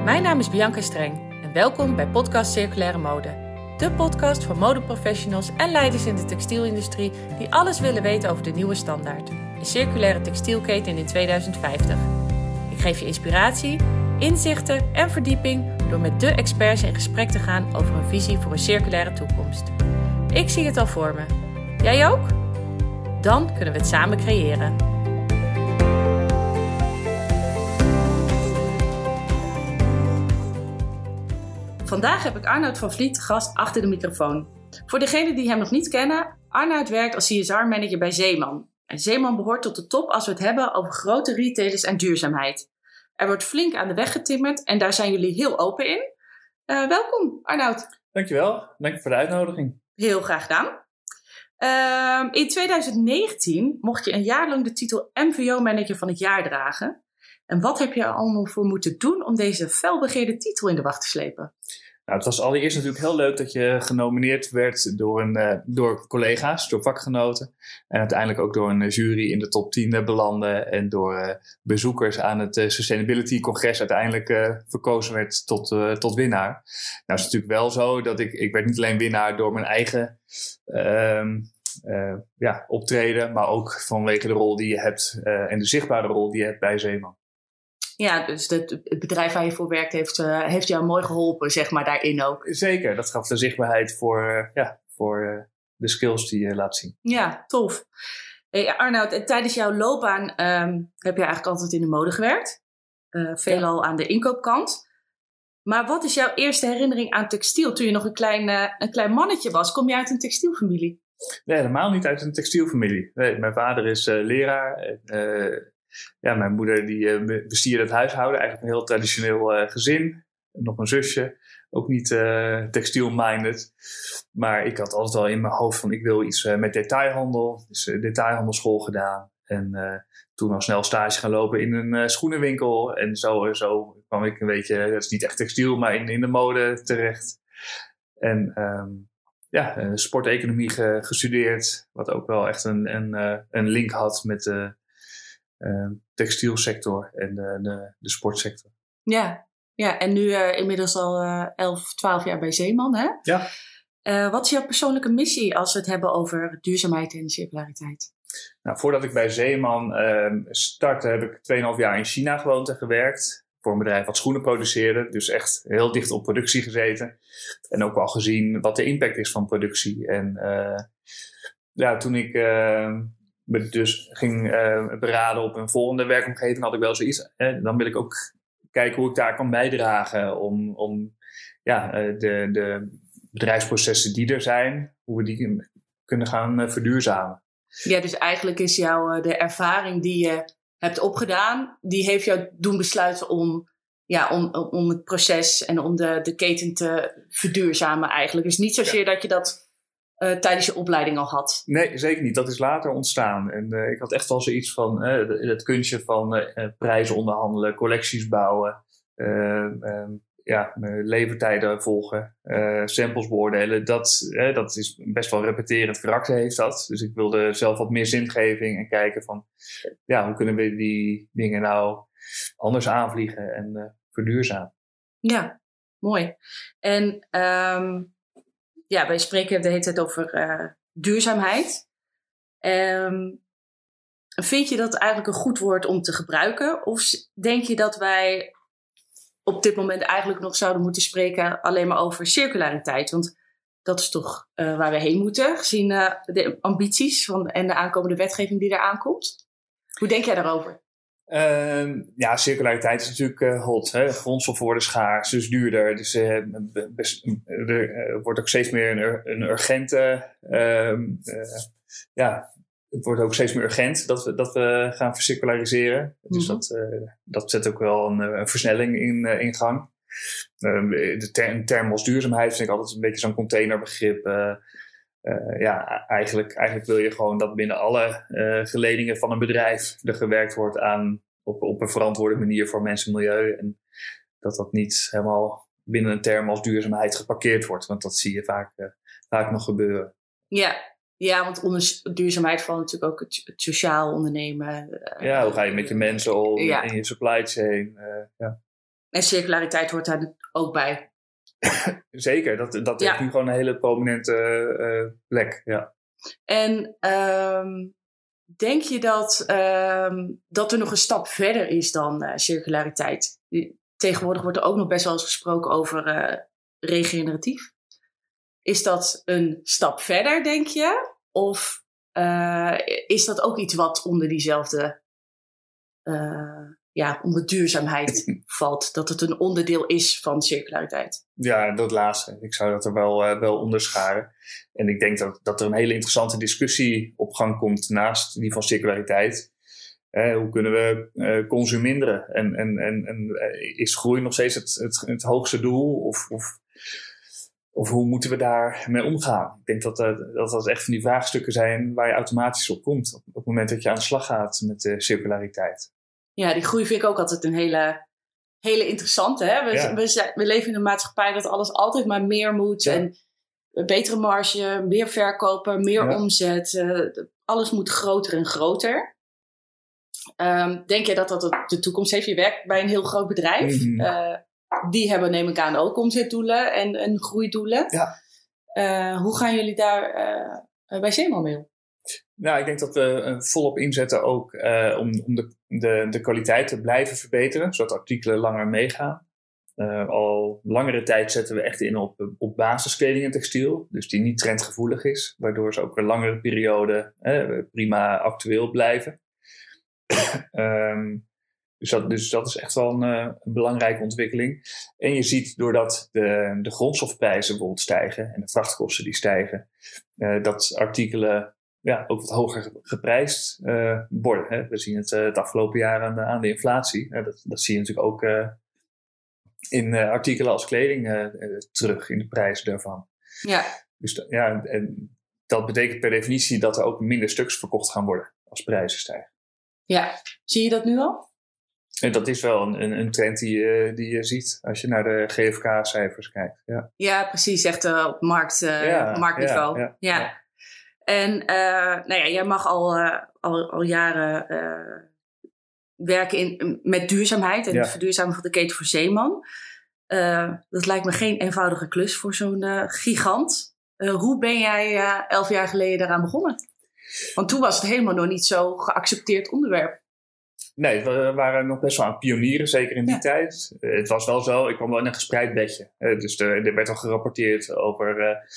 Mijn naam is Bianca Streng en welkom bij Podcast Circulaire Mode. De podcast voor modeprofessionals en leiders in de textielindustrie die alles willen weten over de nieuwe standaard. Een circulaire textielketen in 2050. Ik geef je inspiratie, inzichten en verdieping door met de experts in gesprek te gaan over een visie voor een circulaire toekomst. Ik zie het al voor me. Jij ook? Dan kunnen we het samen creëren. Vandaag heb ik Arnoud van Vliet te gast achter de microfoon. Voor degenen die hem nog niet kennen, Arnoud werkt als CSR-manager bij Zeeman. En Zeeman behoort tot de top als we het hebben over grote retailers en duurzaamheid. Er wordt flink aan de weg getimmerd en daar zijn jullie heel open in. Welkom, Arnoud. Dankjewel, dank je voor de uitnodiging. Heel graag gedaan. In 2019 mocht je een jaar lang de titel MVO-manager van het jaar dragen. En wat heb je er allemaal voor moeten doen om deze felbegeerde titel in de wacht te slepen? Nou, het was allereerst natuurlijk heel leuk dat je genomineerd werd door collega's, door vakgenoten. En uiteindelijk ook door een jury in de top 10 belanden. En door bezoekers aan het Sustainability Congres uiteindelijk verkozen werd tot winnaar. Nou is het natuurlijk wel zo dat ik werd niet alleen winnaar door mijn eigen optreden. Maar ook vanwege de rol die je hebt en de zichtbare rol die je hebt bij Zeeman. Ja, dus het bedrijf waar je voor werkt heeft jou mooi geholpen, zeg maar, daarin ook. Zeker, dat gaf de zichtbaarheid voor de skills die je laat zien. Ja, tof. Hey, Arnoud, tijdens jouw loopbaan heb je eigenlijk altijd in de mode gewerkt. Veelal aan de inkoopkant. Maar wat is jouw eerste herinnering aan textiel toen je nog een klein mannetje was? Kom je uit een textielfamilie? Nee, helemaal niet uit een textielfamilie. Nee, mijn vader is leraar. Mijn moeder die bestierde het huishouden. Eigenlijk een heel traditioneel gezin. Nog een zusje. Ook niet textiel-minded. Maar ik had altijd wel in mijn hoofd van ik wil iets met detailhandel. Dus detailhandelschool gedaan. En toen al snel stage gaan lopen in een schoenenwinkel. En zo kwam ik een beetje, dat is niet echt textiel, maar in de mode terecht. En sporteconomie gestudeerd. Wat ook wel echt een link had met de textielsector en de sportsector. Ja, en nu inmiddels al 11, 12 jaar bij Zeeman, hè? Ja. Wat is jouw persoonlijke missie als we het hebben over duurzaamheid en circulariteit? Nou, voordat ik bij Zeeman startte, heb ik 2,5 jaar in China gewoond en gewerkt. Voor een bedrijf wat schoenen produceerde. Dus echt heel dicht op productie gezeten. En ook wel gezien wat de impact is van productie. En toen ik me dus ging beraden op een volgende werkomgeving, had ik wel zoiets. Dan wil ik ook kijken hoe ik daar kan bijdragen om de bedrijfsprocessen die er zijn, hoe we die kunnen gaan verduurzamen. Ja, dus eigenlijk is de ervaring die je hebt opgedaan, die heeft jou doen besluiten om het proces en om de keten te verduurzamen eigenlijk. Dus niet zozeer dat je dat tijdens je opleiding al had. Nee, zeker niet. Dat is later ontstaan. En ik had echt wel zoiets van het kunstje van prijzen onderhandelen, collecties bouwen, levertijden volgen, samples beoordelen. Dat is best wel repeterend karakter heeft dat. Dus ik wilde zelf wat meer zingeving en kijken van hoe kunnen we die dingen nou anders aanvliegen en verduurzamen. Ja, mooi. En wij spreken de hele tijd over duurzaamheid. Vind je dat eigenlijk een goed woord om te gebruiken? Of denk je dat wij op dit moment eigenlijk nog zouden moeten spreken alleen maar over circulariteit? Want dat is toch waar we heen moeten, gezien de ambities en de aankomende wetgeving die er aankomt. Hoe denk jij daarover? Circulariteit is natuurlijk hot. Hè? Grondstoffen worden schaars, dus duurder. Dus er wordt ook steeds meer een urgente... het wordt ook steeds meer urgent dat we gaan vercirculariseren. Dus dat zet ook wel een versnelling in gang. De term als duurzaamheid vind ik altijd een beetje zo'n containerbegrip. Eigenlijk wil je gewoon dat binnen alle geledingen van een bedrijf er gewerkt wordt aan op een verantwoorde manier voor mensen en milieu. En dat niet helemaal binnen een term als duurzaamheid geparkeerd wordt. Want dat zie je vaak nog gebeuren. Ja, want onder duurzaamheid valt natuurlijk ook het sociaal ondernemen. Hoe ga je met je mensen om in je supply chain? En circulariteit hoort daar ook bij. Zeker, dat heeft nu gewoon een hele prominente plek. Ja. En denk je dat er nog een stap verder is dan circulariteit? Tegenwoordig wordt er ook nog best wel eens gesproken over regeneratief. Is dat een stap verder, denk je? Of is dat ook iets wat onder diezelfde onder duurzaamheid valt? Dat het een onderdeel is van circulariteit? Ja, dat laatste. Ik zou dat er wel onderscharen. En ik denk dat er een hele interessante discussie op gang komt naast die van circulariteit. Hoe kunnen we consumeren? En is groei nog steeds het hoogste doel? Of hoe moeten we daarmee omgaan? Ik denk dat echt van die vraagstukken zijn waar je automatisch op komt. Op het moment dat je aan de slag gaat met de circulariteit. Ja, die groei vind ik ook altijd een hele interessante. Hè? We leven in een maatschappij dat alles altijd maar meer moet. Ja. En een betere marge, meer verkopen, meer omzet. Alles moet groter en groter. Denk je dat de toekomst heeft? Je werkt bij een heel groot bedrijf. Mm-hmm. Die hebben, neem ik aan, ook omzetdoelen en groeidoelen. Ja. Hoe gaan jullie daar bij Zeeman mee om? Nou, ik denk dat we volop inzetten ook om de kwaliteit te blijven verbeteren, zodat artikelen langer meegaan. Al langere tijd zetten we echt in op basiskleding en textiel, dus die niet trendgevoelig is, waardoor ze ook een langere periode prima actueel blijven. Dus dat is echt wel een belangrijke ontwikkeling. En je ziet doordat de grondstofprijzen bijvoorbeeld stijgen en de vrachtkosten die stijgen, dat artikelen ook wat hoger geprijsd worden. Hè. We zien het afgelopen jaar aan de inflatie. Dat zie je natuurlijk ook in artikelen als kleding terug in de prijzen daarvan. Ja. Dus en dat betekent per definitie dat er ook minder stuks verkocht gaan worden als prijzen stijgen. Ja, zie je dat nu al? En dat is wel een trend die je ziet als je naar de GfK-cijfers kijkt. Ja, precies. Echt op marktniveau. Ja. En jij mag al jaren werken met duurzaamheid en het verduurzamen van de keten voor Zeeman. Dat lijkt me geen eenvoudige klus voor zo'n gigant. Hoe ben jij 11 jaar geleden daaraan begonnen? Want toen was het helemaal nog niet zo geaccepteerd onderwerp. Nee, we waren nog best wel aan pionieren, zeker in die tijd. Het was wel zo, ik kwam wel in een gespreid bedje. Dus er werd al gerapporteerd over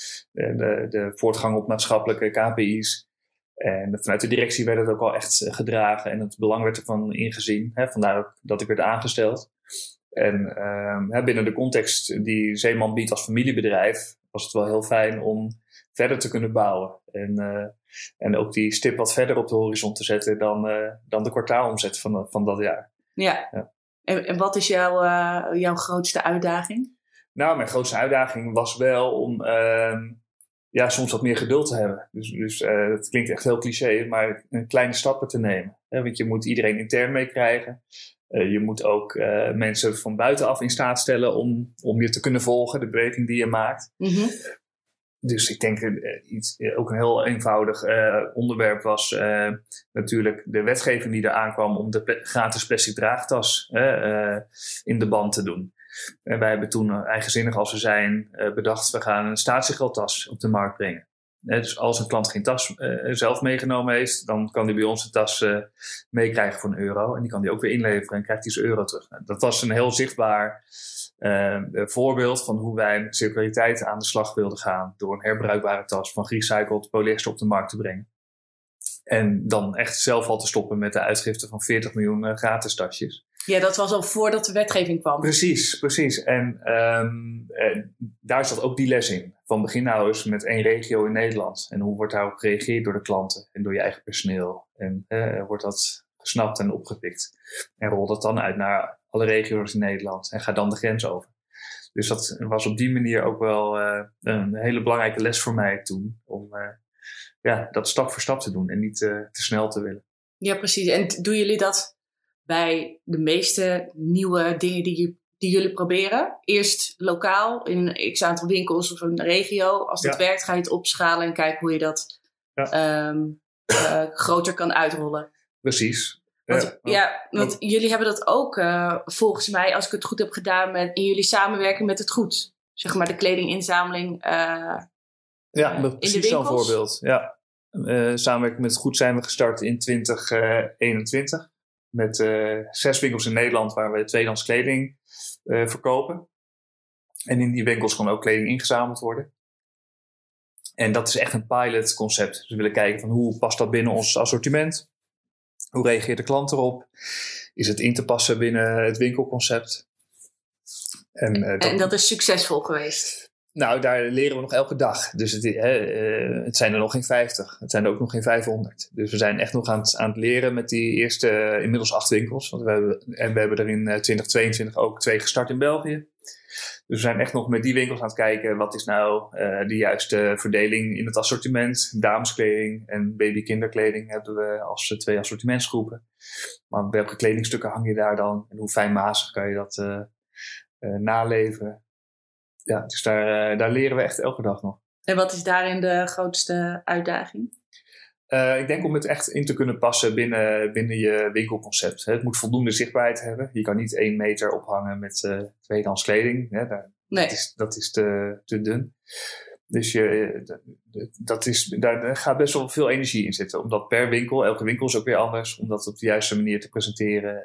de voortgang op maatschappelijke KPI's. En vanuit de directie werd het ook al echt gedragen en het belang werd ervan ingezien. Vandaar ook dat ik werd aangesteld. En binnen de context die Zeeman biedt als familiebedrijf was het wel heel fijn om verder te kunnen bouwen. En ook die stip wat verder op de horizon te zetten dan de kwartaalomzet van dat jaar. Ja. En wat is jouw grootste uitdaging? Nou, mijn grootste uitdaging was wel om soms wat meer geduld te hebben. Dus het klinkt echt heel cliché, maar kleine stappen te nemen. Want je moet iedereen intern meekrijgen. Je moet ook mensen van buitenaf in staat stellen om je te kunnen volgen, de beweging die je maakt. Mm-hmm. Dus ik denk ook een heel eenvoudig onderwerp was natuurlijk de wetgeving die er aankwam om de gratis plastic draagtas in de band te doen. En wij hebben toen, eigenzinnig als we zijn, bedacht we gaan een statiegeldtas op de markt brengen. Dus als een klant geen tas zelf meegenomen heeft, dan kan hij bij ons een tas meekrijgen voor €1. En die kan hij ook weer inleveren en krijgt hij zijn euro terug. Dat was een heel zichtbaar voorbeeld van hoe wij met circulariteit aan de slag wilden gaan. Door een herbruikbare tas van gerecycled polyester op de markt te brengen. En dan echt zelf al te stoppen met de uitgifte van 40 miljoen gratis tasjes. Ja, dat was al voordat de wetgeving kwam. Precies. En daar zat ook die les in. Van begin nou eens met 1 regio in Nederland. En hoe wordt daarop gereageerd door de klanten en door je eigen personeel? En wordt dat gesnapt en opgepikt? En rol dat dan uit naar alle regio's in Nederland en ga dan de grens over. Dus dat was op die manier ook wel een hele belangrijke les voor mij toen. Om dat stap voor stap te doen en niet te snel te willen. Ja, precies. En doen jullie dat bij de meeste nieuwe dingen die jullie proberen? Eerst lokaal in een x-aantal winkels of een regio. Als dat werkt, ga je het opschalen en kijken hoe je dat groter kan uitrollen. Precies. Want jullie hebben dat ook volgens mij, als ik het goed heb gedaan, in jullie samenwerking met het goed. Zeg maar de kledinginzameling precies zo'n voorbeeld. Ja. Samenwerking met het goed zijn we gestart in 2021. Met 6 winkels in Nederland waar we tweedehands kleding verkopen. En in die winkels kan ook kleding ingezameld worden. En dat is echt een pilotconcept. Dus we willen kijken van hoe past dat binnen ons assortiment? Hoe reageert de klant erop? Is het in te passen binnen het winkelconcept? En dat is succesvol geweest? Nou, daar leren we nog elke dag. Dus het zijn er nog geen 50. Het zijn er ook nog geen 500. Dus we zijn echt nog aan het leren met die eerste inmiddels 8 winkels. Want we hebben er in 2022 ook 2 gestart in België. Dus we zijn echt nog met die winkels aan het kijken. Wat is nou de juiste verdeling in het assortiment? Dameskleding en baby-kinderkleding hebben we als 2 assortimentsgroepen. Maar welke kledingstukken hang je daar dan? En hoe fijnmazig kan je dat naleveren? Ja, dus daar leren we echt elke dag nog. En wat is daarin de grootste uitdaging? Ik denk om het echt in te kunnen passen binnen je winkelconcept. Het moet voldoende zichtbaarheid hebben. Je kan niet 1 meter ophangen met tweedehands kleding. Dat is te dun. Dus daar gaat best wel veel energie in zitten. Omdat per winkel, elke winkel is ook weer anders. Om dat op de juiste manier te presenteren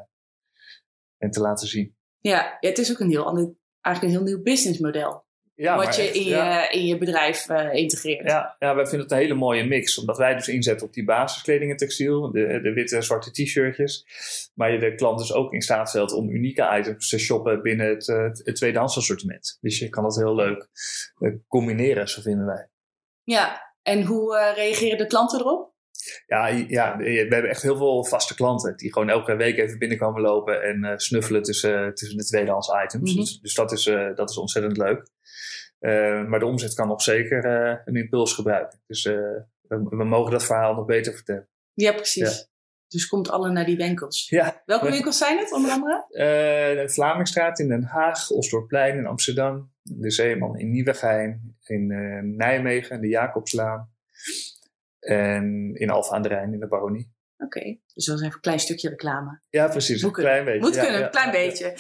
en te laten zien. Ja, het is ook eigenlijk een heel nieuw businessmodel. Wat je in je bedrijf integreert. Ja, wij vinden het een hele mooie mix. Omdat wij dus inzetten op die basiskleding en textiel. De witte en zwarte t-shirtjes. Maar je de klant dus ook in staat stelt om unieke items te shoppen binnen het tweedehands assortiment. Dus je kan dat heel leuk combineren, zo vinden wij. Ja, en hoe reageren de klanten erop? Ja, we hebben echt heel veel vaste klanten. Die gewoon elke week even binnenkomen lopen en snuffelen tussen de tweedehands items. Mm-hmm. Dus dat is ontzettend leuk. Maar de omzet kan nog zeker een impuls gebruiken. Dus we mogen dat verhaal nog beter vertellen. Ja, precies. Ja. Dus komt alle naar die winkels. Ja. Welke winkels zijn het, onder andere? De Vlamingstraat in Den Haag, Osdorpplein in Amsterdam, de Zeeman in Nieuwegein, in Nijmegen, de Jacobslaan en in Alphen aan de Rijn in de Baronie. Oké, dus dat is even een klein stukje reclame. Ja, precies. Een klein beetje. Moet kunnen, een klein beetje.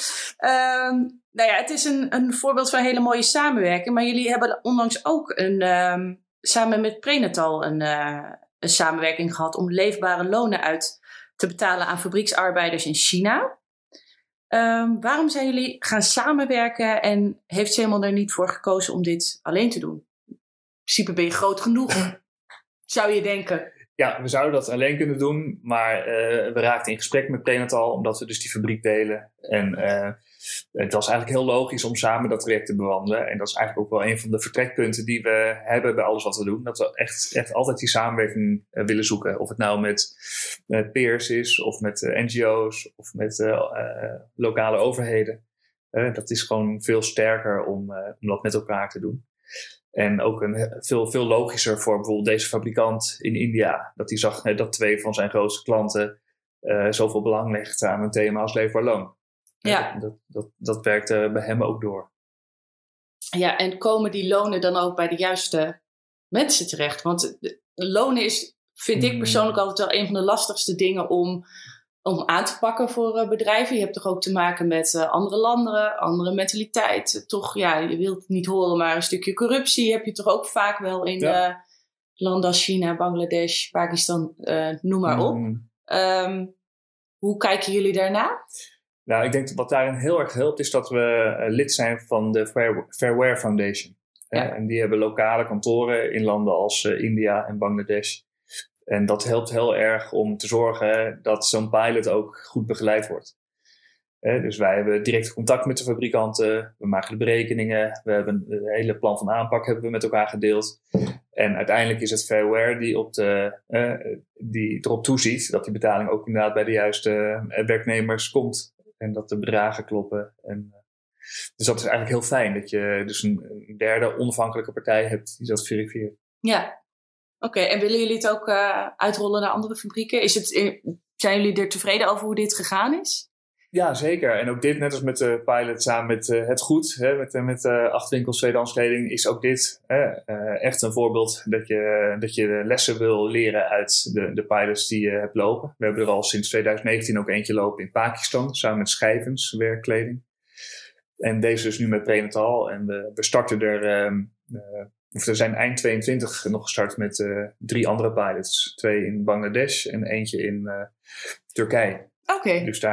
Het is een voorbeeld van een hele mooie samenwerking. Maar jullie hebben onlangs ook samen met Prenatal een samenwerking gehad om leefbare lonen uit te betalen aan fabrieksarbeiders in China. Waarom zijn jullie gaan samenwerken en heeft Zeeman er niet voor gekozen om dit alleen te doen? In principe ben je groot genoeg, zou je denken. Ja, we zouden dat alleen kunnen doen, maar we raakten in gesprek met Prenatal omdat we dus die fabriek delen. En het was eigenlijk heel logisch om samen dat traject te bewandelen. En dat is eigenlijk ook wel een van de vertrekpunten die we hebben bij alles wat we doen. Dat we echt altijd die samenwerking willen zoeken. Of het nou met peers is, of met NGO's, of met lokale overheden. Dat is gewoon veel sterker om dat met elkaar te doen. En ook veel logischer voor bijvoorbeeld deze fabrikant in India. Dat hij zag dat 2 van zijn grootste klanten zoveel belang legden aan een thema als leefbaar loon. Ja. Dat werkte bij hem ook door. Ja, en komen die lonen dan ook bij de juiste mensen terecht? Want lonen vind ik persoonlijk altijd wel een van de lastigste dingen om aan te pakken voor bedrijven. Je hebt toch ook te maken met andere landen, andere mentaliteit. Toch, ja, je wilt het niet horen, maar een stukje corruptie heb je toch ook vaak wel in landen als China, Bangladesh, Pakistan, noem maar op. Hoe kijken jullie daarna? Nou, ik denk dat wat daarin heel erg helpt is dat we lid zijn van de Fairware Foundation. Ja. En die hebben lokale kantoren in landen als India en Bangladesh. En dat helpt heel erg om te zorgen dat zo'n pilot ook goed begeleid wordt. Dus wij hebben direct contact met de fabrikanten. We maken de berekeningen. We hebben een hele plan van aanpak hebben we met elkaar gedeeld. En uiteindelijk is het Fairware die erop toeziet dat die betaling ook inderdaad bij de juiste werknemers komt. En dat de bedragen kloppen. Dus dat is eigenlijk heel fijn dat je dus een derde onafhankelijke partij hebt die dat verifieert. Ja. Oké, en willen jullie het ook uitrollen naar andere fabrieken? Zijn jullie er tevreden over hoe dit gegaan is? Ja, zeker. En ook dit, net als met de pilot samen met Het Goed, met 8 winkels tweedehands kleding, is ook dit echt een voorbeeld dat je lessen wil leren uit de pilots die je hebt lopen. We hebben er al sinds 2019 ook eentje lopen in Pakistan, samen met Schijvens, werkkleding. En deze dus nu met Prenatal. En we starten we zijn eind 22 nog gestart met 3 andere pilots. 2 in Bangladesh en eentje in Turkije. Oké. Dus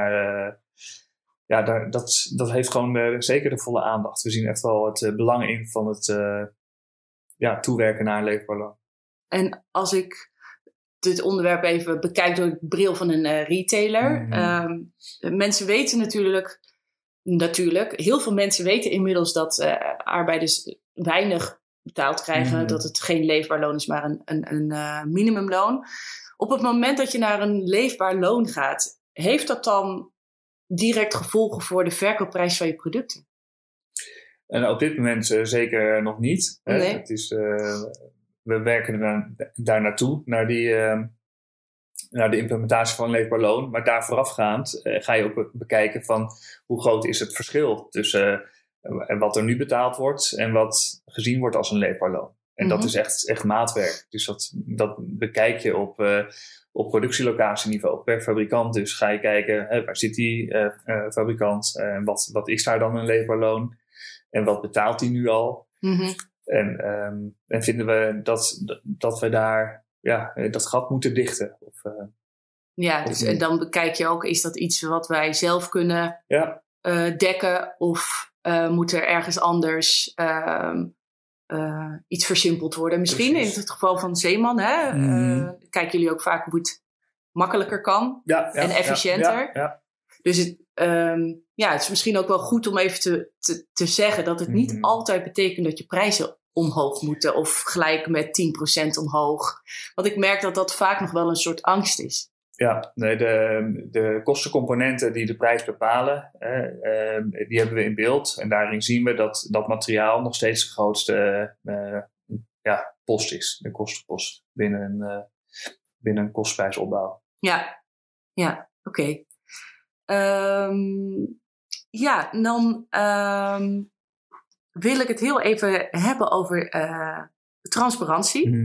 dat heeft gewoon zeker de volle aandacht. We zien echt wel het belang in van het toewerken naar een leefbaar loon. En als ik dit onderwerp even bekijk door de bril van een retailer. Mensen weten natuurlijk, heel veel mensen weten inmiddels dat arbeiders weinig betaald krijgen. Dat het geen leefbaar loon is, maar een minimumloon. Op het moment dat je naar een leefbaar loon gaat, heeft dat dan direct gevolgen voor de verkoopprijs van je producten? En op dit moment zeker nog niet. Hè? Nee. Het is, we werken daar naartoe, naar de implementatie van een leefbaar loon. Maar daar voorafgaand ga je ook bekijken van hoe groot is het verschil tussen wat er nu betaald wordt en wat gezien wordt als een leefbaar loon. En dat is echt maatwerk. Dus dat bekijk je op productielocatieniveau per fabrikant. Dus ga je kijken, waar zit die fabrikant? En wat is daar dan een leefbaar loon? En wat betaalt die nu al? En vinden we dat we daar dat gat moeten dichten? En dan bekijk je ook, is dat iets wat wij zelf kunnen dekken? Of moet er ergens anders iets versimpeld worden? Misschien in het geval van Zeeman. Kijken jullie ook vaak hoe het makkelijker kan en efficiënter. Ja. Dus het is misschien ook wel goed om even te zeggen dat het niet altijd betekent dat je prijzen omhoog moeten of gelijk met 10% omhoog. Want ik merk dat vaak nog wel een soort angst is. Ja, nee, de kostencomponenten die de prijs bepalen, die hebben we in beeld. En daarin zien we dat materiaal nog steeds de grootste post is. De kostenpost binnen een kostprijsopbouw. Ja, oké. Dan wil ik het heel even hebben over transparantie.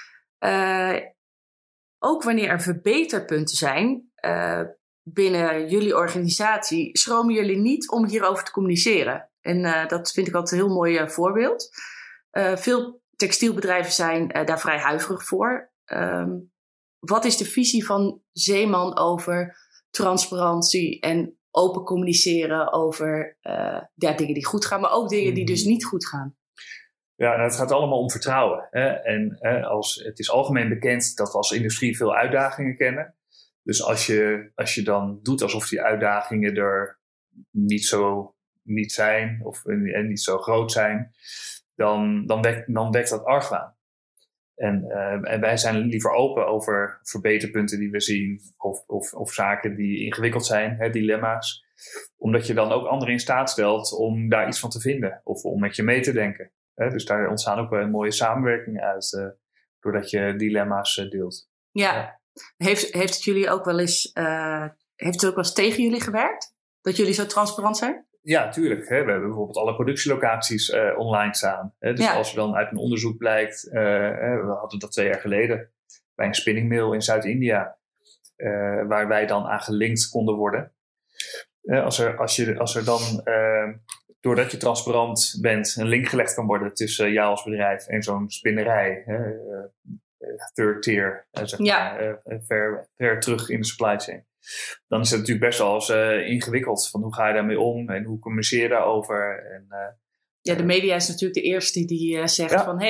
Ook wanneer er verbeterpunten zijn binnen jullie organisatie, schromen jullie niet om hierover te communiceren. En dat vind ik altijd een heel mooi voorbeeld. Veel textielbedrijven zijn daar vrij huiverig voor. Wat is de visie van Zeeman over transparantie en open communiceren over dingen die goed gaan, maar ook dingen die dus niet goed gaan? Ja, het gaat allemaal om vertrouwen. Hè? En het is algemeen bekend dat we als industrie veel uitdagingen kennen. Dus als je dan doet alsof die uitdagingen er niet zijn of niet zo groot zijn, dan wekt dat argwaan. En wij zijn liever open over verbeterpunten die we zien of zaken die ingewikkeld zijn, dilemma's. Omdat je dan ook anderen in staat stelt om daar iets van te vinden of om met je mee te denken. Dus daar ontstaan ook wel mooie samenwerkingen uit, doordat je dilemma's deelt. Ja. Heeft het jullie ook wel eens, heeft het ook wel eens tegen jullie gewerkt? Dat jullie zo transparant zijn? Ja, tuurlijk. We hebben bijvoorbeeld alle productielocaties online staan. Dus als er dan uit een onderzoek blijkt, we hadden dat 2 jaar geleden bij een spinningmill in Zuid-India, waar wij dan aan gelinkt konden worden. Als er dan, doordat je transparant bent, een link gelegd kan worden tussen jou als bedrijf en zo'n spinnerij, third tier, ver terug in de supply chain. Dan is het natuurlijk best wel eens ingewikkeld. Van hoe ga je daarmee om en hoe communiceer je daarover? De media is natuurlijk de eerste die zegt van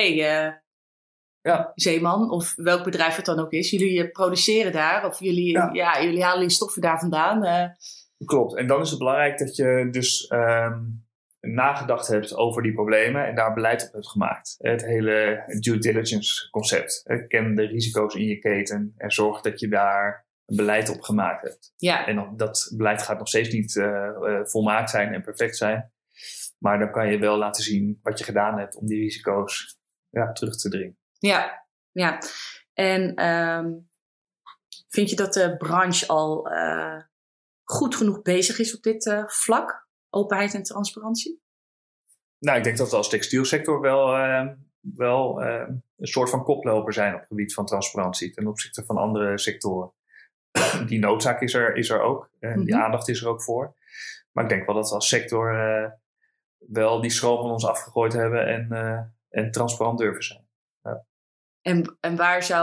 Zeeman of welk bedrijf het dan ook is. Jullie produceren daar of jullie halen je stoffen daar vandaan. Klopt. En dan is het belangrijk dat je dus nagedacht hebt over die problemen en daar beleid op hebt gemaakt. Het hele due diligence concept. Ken de risico's in je keten en zorg dat je daar een beleid op gemaakt hebt. Ja. En dat beleid gaat nog steeds niet volmaakt zijn en perfect zijn. Maar dan kan je wel laten zien wat je gedaan hebt om die risico's terug te dringen. Ja. En vind je dat de branche al goed genoeg bezig is op dit vlak? Openheid en transparantie? Nou, ik denk dat we als textielsector wel een soort van koploper zijn op het gebied van transparantie ten opzichte van andere sectoren. Die noodzaak is er ook. Die aandacht is er ook voor. Maar ik denk wel dat we als sector wel die schroom van ons afgegooid hebben en transparant durven zijn. Ja. En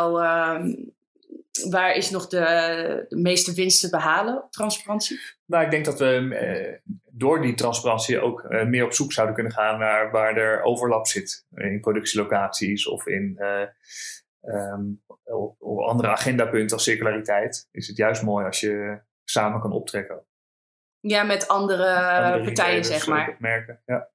waar is nog de meeste winst te behalen op transparantie? Nou, ik denk dat we door die transparantie ook meer op zoek zouden kunnen gaan naar waar er overlap zit. In productielocaties of in op andere agendapunten als circulariteit. Is het juist mooi als je samen kan optrekken. Ja, met andere partijen, zeg maar. Merken, ja.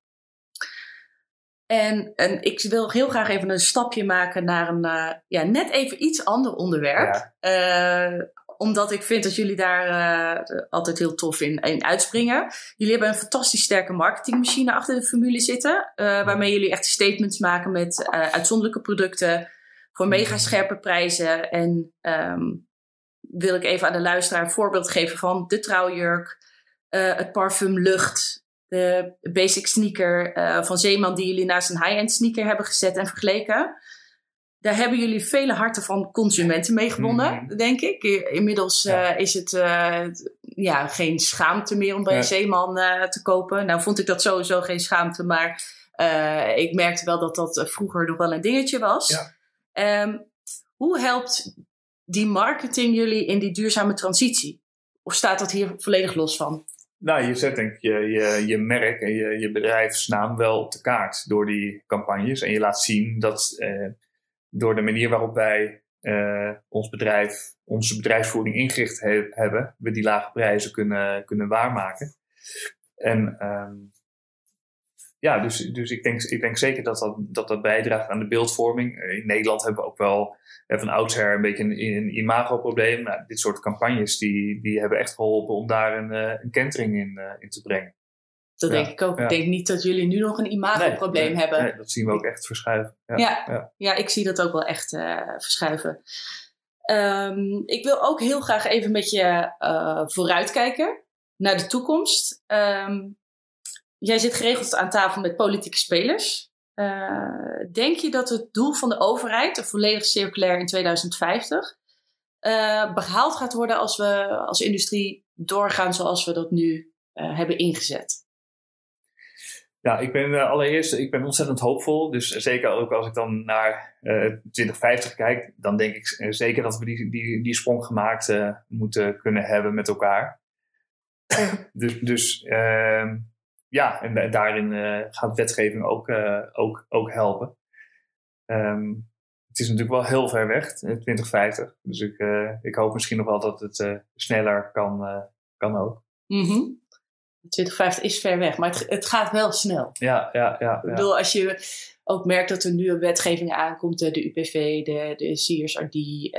En ik wil heel graag even een stapje maken naar een net even iets ander onderwerp. Ja. Omdat ik vind dat jullie daar altijd heel tof in uitspringen. Jullie hebben een fantastisch sterke marketingmachine achter de formule zitten. Waarmee jullie echt statements maken met uitzonderlijke producten. Voor mega scherpe prijzen. En wil ik even aan de luisteraar een voorbeeld geven van de trouwjurk. Het parfum Lucht. De basic sneaker van Zeeman die jullie naast een high-end sneaker hebben gezet en vergeleken. Daar hebben jullie vele harten van consumenten mee gewonnen, denk ik. Inmiddels is het geen schaamte meer om bij een Zeeman te kopen. Nou vond ik dat sowieso geen schaamte, maar ik merkte wel dat vroeger nog wel een dingetje was. Ja. Hoe helpt die marketing jullie in die duurzame transitie? Of staat dat hier volledig los van? Nou, je zet denk ik je merk en je bedrijfsnaam wel op de kaart door die campagnes. En je laat zien dat door de manier waarop wij onze bedrijfsvoering ingericht hebben, we die lage prijzen kunnen waarmaken. En dus ik denk zeker dat bijdraagt aan de beeldvorming. In Nederland hebben we ook wel van oudsher een beetje een imagoprobleem. Nou, dit soort campagnes die hebben echt geholpen om daar een kentering in te brengen. Dat denk ik ook. Ja. Ik denk niet dat jullie nu nog een imagoprobleem hebben. Nee, dat zien we ook echt verschuiven. Ja, ik zie dat ook wel echt verschuiven. Ik wil ook heel graag even met je vooruitkijken naar de toekomst. Jij zit geregeld aan tafel met politieke spelers. Denk je dat het doel van de overheid, volledig circulair in 2050, behaald gaat worden als we als industrie doorgaan zoals we dat nu hebben ingezet? Ja, ik ben ontzettend hoopvol. Dus zeker ook als ik dan naar 2050 kijk, dan denk ik zeker dat we die sprong gemaakt moeten kunnen hebben met elkaar. En daarin gaat wetgeving ook helpen. Het is natuurlijk wel heel ver weg, 2050. Dus ik hoop misschien nog wel dat het sneller kan ook. 2050 is ver weg, maar het gaat wel snel. Ja. Ik bedoel, als je ook merkt dat er nu een wetgeving aankomt, de UPV, de CSRD.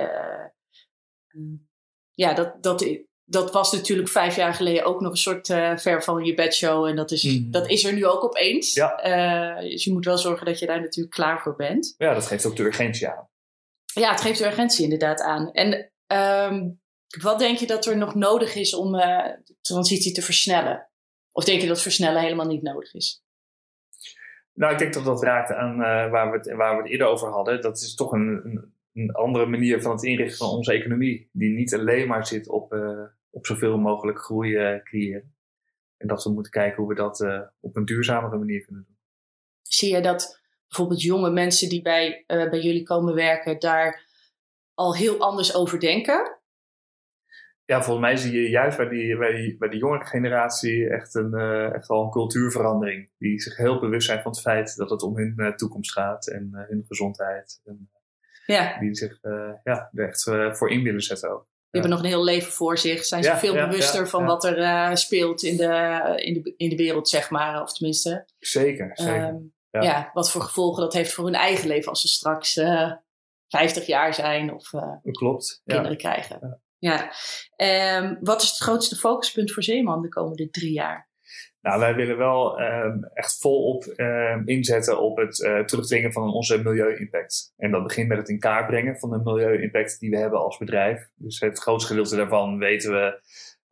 Dat was natuurlijk 5 jaar geleden ook nog een soort ver van je bedshow. En dat is er nu ook opeens. Ja. Dus je moet wel zorgen dat je daar natuurlijk klaar voor bent. Ja, dat geeft ook de urgentie aan. Ja, het geeft de urgentie inderdaad aan. En wat denk je dat er nog nodig is om de transitie te versnellen? Of denk je dat versnellen helemaal niet nodig is? Nou, ik denk dat dat raakt aan waar we het eerder over hadden. Dat is toch een andere manier van het inrichten van onze economie. Die niet alleen maar zit op zoveel mogelijk groei creëren. En dat we moeten kijken hoe we dat op een duurzamere manier kunnen doen. Zie je dat bijvoorbeeld jonge mensen die bij jullie komen werken daar al heel anders over denken? Ja, volgens mij zie je juist bij die jongere generatie echt wel een cultuurverandering. Die zich heel bewust zijn van het feit dat het om hun toekomst gaat en hun gezondheid. En, die zich er echt voor in willen zetten ook. Die hebben nog een heel leven voor zich. Zijn ze veel bewuster van wat er speelt in de wereld, zeg maar. Of tenminste. Zeker. Wat voor gevolgen dat heeft voor hun eigen leven als ze straks 50 jaar zijn of kinderen krijgen. Ja. Wat is het grootste focuspunt voor Zeeman de komende 3 jaar? Nou, wij willen wel echt volop inzetten op het terugdringen van onze milieu-impact. En dat begint met het in kaart brengen van de milieu-impact die we hebben als bedrijf. Dus het grootste gedeelte daarvan weten we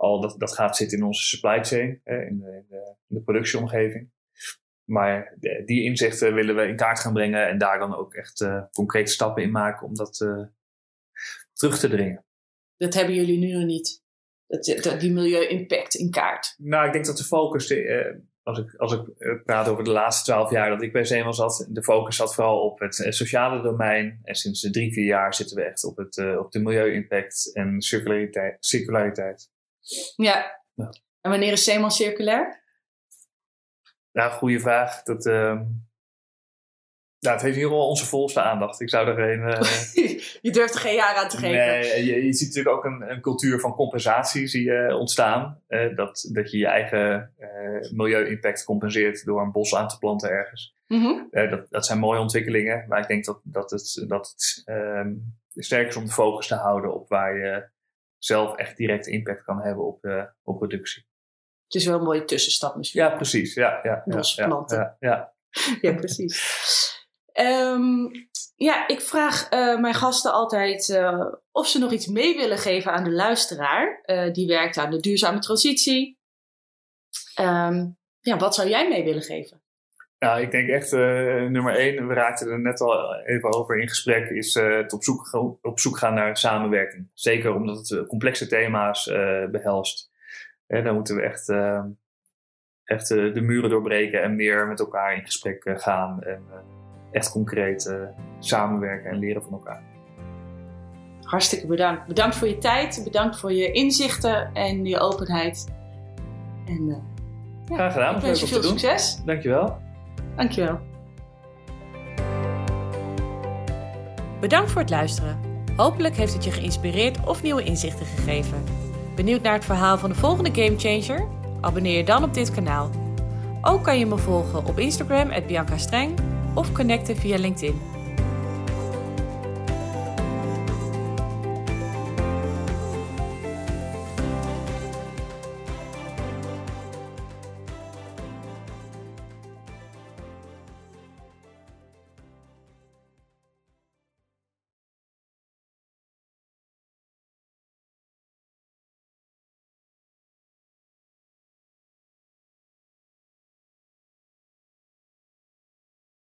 dat gaat zitten in onze supply chain, in de productieomgeving. Maar die inzichten willen we in kaart gaan brengen en daar dan ook echt concrete stappen in maken om dat terug te dringen. Dat hebben jullie nu nog niet, die milieu-impact in kaart? Nou, ik denk dat de focus, als ik praat over de laatste 12 jaar dat ik bij Zeeman zat, de focus zat vooral op het sociale domein. En sinds 3-4 jaar zitten we echt op de milieu-impact en circulariteit. Ja. En wanneer is Zeeman circulair? Nou, goede vraag. Het heeft in ieder geval onze volste aandacht. Ik zou er geen... Je durft er geen jaar aan te geven. Nee, je ziet natuurlijk ook een cultuur van compensatie ontstaan. Dat je je eigen milieu-impact compenseert door een bos aan te planten ergens. Mm-hmm. Dat zijn mooie ontwikkelingen. Maar ik denk dat het sterk is om de focus te houden op waar je zelf echt direct impact kan hebben op productie. Het is wel een mooie tussenstap misschien. Ja, precies. Ja, bosplanten. Ja, precies. Ik vraag mijn gasten altijd of ze nog iets mee willen geven aan de luisteraar. Die werkt aan de duurzame transitie. Wat zou jij mee willen geven? Nou, ik denk echt nummer 1, we raakten er net al even over in gesprek, is het op zoek gaan naar samenwerking. Zeker omdat het complexe thema's behelst. Dan moeten we echt de muren doorbreken en meer met elkaar in gesprek gaan. En echt concreet samenwerken en leren van elkaar. Hartstikke bedankt. Bedankt voor je tijd. Bedankt voor je inzichten en je openheid. En graag gedaan. Ik wens je veel succes. Dankjewel. Dankjewel. Bedankt voor het luisteren. Hopelijk heeft het je geïnspireerd of nieuwe inzichten gegeven. Benieuwd naar het verhaal van de volgende Gamechanger? Abonneer je dan op dit kanaal. Ook kan je me volgen op Instagram @BiancaStreng of connecten via LinkedIn.